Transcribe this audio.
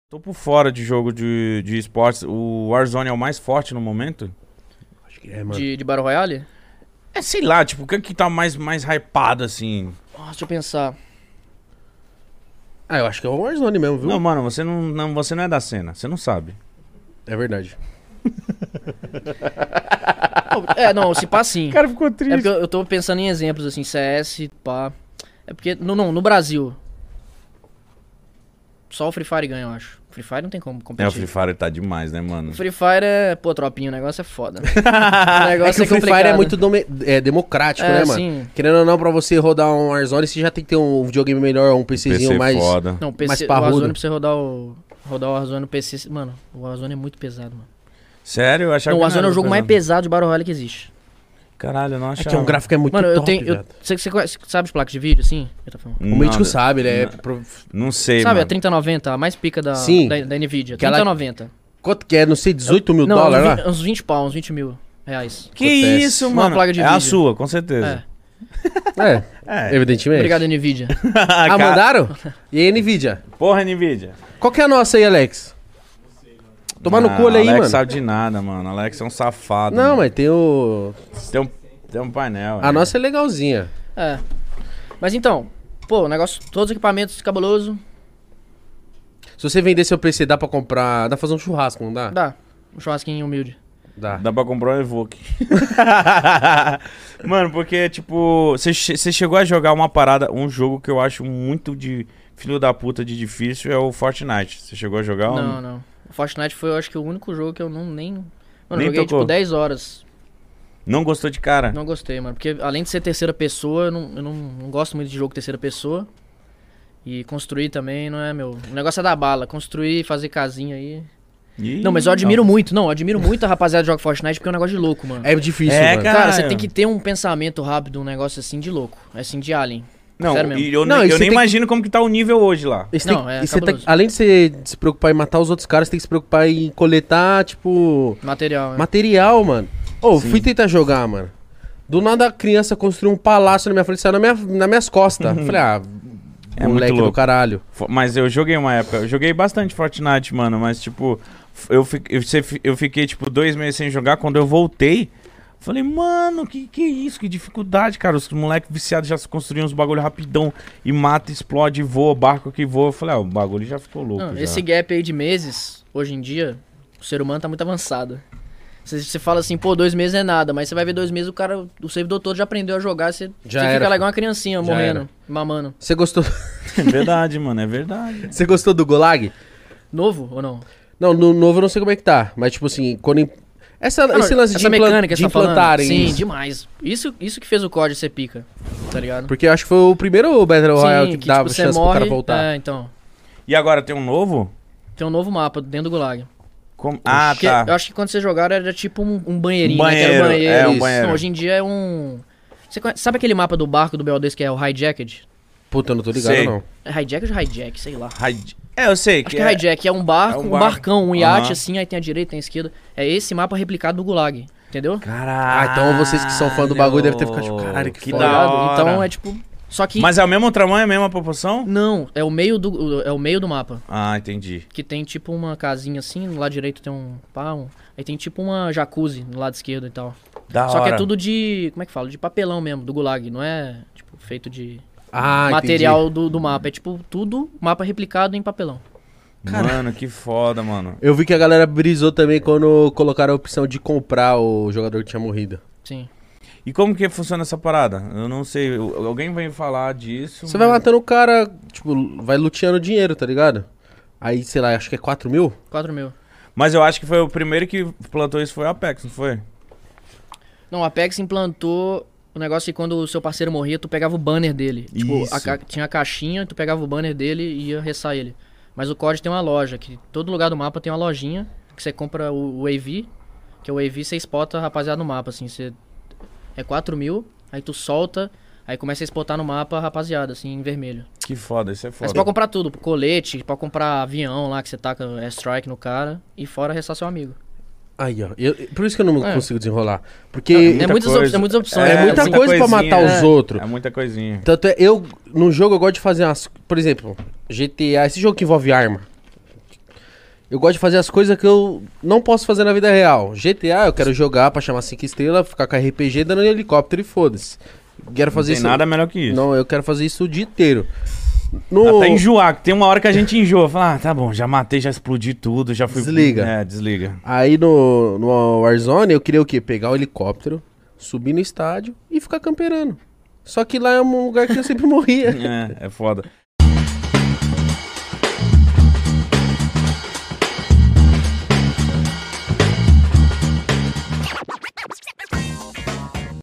Tô por fora de jogo de esportes. O Warzone é o mais forte no momento? Acho que é, mano. De Battle Royale? É, sei lá, tipo, o que tá mais hypado, assim? Deixa eu pensar. Ah, eu acho que é o Warzone mesmo, viu? Não, mano, você não é da cena, você não sabe. É verdade. Não, se pá sim. O cara ficou É triste. porque eu tô pensando em exemplos, assim, CS, pá. É porque, no Brasil, só o Free Fire ganha, eu acho. Free Fire não tem como competir. O Free Fire tá demais, né, mano? O Free Fire pô, tropinha, o negócio é foda. O É negócio que o Free complicado. Fire é muito democrático, né, mano? Sim. Querendo ou não, pra você rodar um Warzone, você já tem que ter um videogame melhor, um PCzinho PC mais... foda. Não, PC, mais o parrudo. Warzone, pra você rodar o Warzone no PC... Mano, o Warzone é muito pesado, mano. Sério? Eu achava Não, o que Warzone é o era jogo mais pesado. pesado de Battle Royale que existe. Caralho, eu não É achava. que o gráfico é muito Mano, top, viado. Você sabe de placa de vídeo, assim? Eu tô falando. O Mítico Não, sabe, ele é... Não sei, Sabe, mano. a 3090, a mais pica da Sim. da Nvidia. Aquela- 3090. Quanto que é? Não sei, 18 mil Não, dólares lá? uns 20 pau, uns 20 mil reais. Que Acontece. isso, Uma mano? placa de é a vídeo. sua, com certeza. É. É, evidentemente. Obrigado, Nvidia. Ah, mandaram? E aí, NVIDIA? Porra, Nvidia. Qual que é a nossa aí, Alex? Tomar no cu olha aí, Alex mano. sabe de nada, mano. Alex é um safado. Não, mano. mas tem o... Tem um painel. A nossa é legalzinha. É. Mas então, pô, o negócio, todos os equipamentos cabuloso, Se você vender seu PC, dá pra comprar... Dá pra fazer um churrasco, não dá? dá. Um churrasquinho humilde. Dá. Dá pra comprar um Evoque. Mano, porque, tipo, você chegou a jogar uma parada, um jogo que eu acho muito de filho da puta de difícil é o Fortnite. Você chegou a jogar? Não. O Fortnite foi, eu acho que, o único jogo que eu nem... Mano, eu Nem joguei, tocou. tipo, 10 horas. Não gostou de cara? Não gostei, mano. Porque, além de ser terceira pessoa, eu não gosto muito de jogo terceira pessoa. E construir também não é meu... O negócio é dar bala. Construir, fazer casinha aí... Ih, Não, mas eu admiro muito. Não, eu admiro muito a rapaziada que joga Fortnite porque é um negócio de louco, mano. É difícil, É, mano. cara. Cara, você Caralho. tem que ter um pensamento rápido, um negócio assim de louco. Assim, de alien. Não, Sério mesmo. e eu, Não, nem- e eu você nem tem imagino como que tá o nível hoje lá. E você Não, tem- é e você cabuloso. além de você se preocupar em matar os outros caras, você tem que se preocupar em coletar, tipo... Material, né? Material, mano. Ô, Sim. fui tentar jogar, mano. Do nada a criança construiu um palácio na minha frente, saiu nas minhas costas. Falei, É muito moleque do louco. caralho. Mas eu joguei uma época, eu joguei bastante Fortnite, mano, mas tipo, eu fiquei tipo 2 meses sem jogar, quando eu voltei, falei, mano, que isso, que dificuldade, cara, os moleques viciados já construíam uns bagulho rapidão, e mata, explode, voa, barco que voa, eu falei, o bagulho já ficou louco Não, já. esse gap aí de meses, hoje em dia, o ser humano tá muito avançado. Você fala assim, pô, 2 meses é nada, mas você vai ver 2 meses, o servidor todo já aprendeu a jogar, você Já fica era, lá igual uma criancinha, Já morrendo, era. mamando. Você gostou... É verdade, mano, é verdade. Você gostou do Gulag? Novo ou não? Não, no novo eu não sei como é que tá. Mas, tipo assim, quando... esse lance Essa mecânica que de você tá falando? implantarem Sim, isso. demais. Isso que fez o COD ser pica, tá ligado? Porque eu acho que foi o primeiro Battle Royale que dava você chance pro cara voltar. É, então. E agora tem um novo? Tem um novo mapa dentro do Gulag. Ah, Porque tá. eu acho que quando você jogar era tipo um banheirinho, Um né? Que era banheiro, é, um Isso. banheiro. Não, hoje em dia é um... Sabe aquele mapa do barco do BO2 que é o Hijacked? Puta, eu não tô ligado, Sei. não. É Hijacked ou Hijack, sei lá. É, eu sei Acho que é Hijack, é um barco, é um um barco. barcão, um iate Aham. assim, aí tem a direita, tem a esquerda. É esse mapa replicado no Gulag, entendeu? Caralho. Ah, então vocês que são fã do bagulho devem ter ficado tipo, caralho, que Tá foda. ligado? hora. Então é tipo... Só que... Mas é o mesmo tamanho, a mesma proporção? Não, é o meio do mapa. Ah, entendi. Que tem tipo uma casinha assim, no lado direito tem um pá, aí tem tipo uma jacuzzi no lado esquerdo e tal. Da Só que hora. é tudo de, como é que fala? De papelão mesmo, do Gulag, não é tipo feito de Ah, material do mapa. É tipo tudo mapa replicado em papelão. Mano, que foda, mano. Eu vi que a galera brisou também quando colocaram a opção de comprar o jogador que tinha morrido. Sim. E como que funciona essa parada? Eu não sei. Alguém vem falar disso. Você vai matando o cara, tipo, vai luteando dinheiro, tá ligado? Aí, sei lá, acho que é 4 mil? 4 mil. Mas eu acho que foi o primeiro que plantou isso foi a Apex, não foi? Não, a Apex implantou o negócio que quando o seu parceiro morria, tu pegava o banner dele. Tipo, Isso. tinha a caixinha, tu pegava o banner dele e ia ressar ele. Mas o COD tem uma loja, que todo lugar do mapa tem uma lojinha, que você compra o AV, que é o AV, você spota a rapaziada no mapa, assim, você... É 4 mil, aí tu solta, aí começa a spotar no mapa a rapaziada, assim, em vermelho. Que foda, isso é Aí foda. você pode comprar tudo, colete, pode comprar avião lá, que você taca airstrike no cara, e fora ressar seu amigo. Aí, ó. por isso que eu não É. consigo desenrolar. Porque É muitas opções. É muita coisa pra coisinha, matar os outros. É muita coisinha. Tanto é, no jogo eu gosto de fazer umas... Por exemplo, GTA, esse jogo que envolve arma. Eu gosto de fazer as coisas que eu não posso fazer na vida real. GTA, eu quero jogar pra chamar 5 estrelas, ficar com RPG dando helicóptero e foda-se. Quero fazer Não tem isso. nada melhor que isso. Não, eu quero fazer isso o dia inteiro. No... Até enjoar, que tem uma hora que a gente enjoa. Fala, tá bom, já matei, já explodi tudo, já fui... Desliga. Desliga. Aí no Warzone eu queria o quê? Pegar o helicóptero, subir no estádio e ficar camperando. Só que lá é um lugar que eu sempre morria. É foda.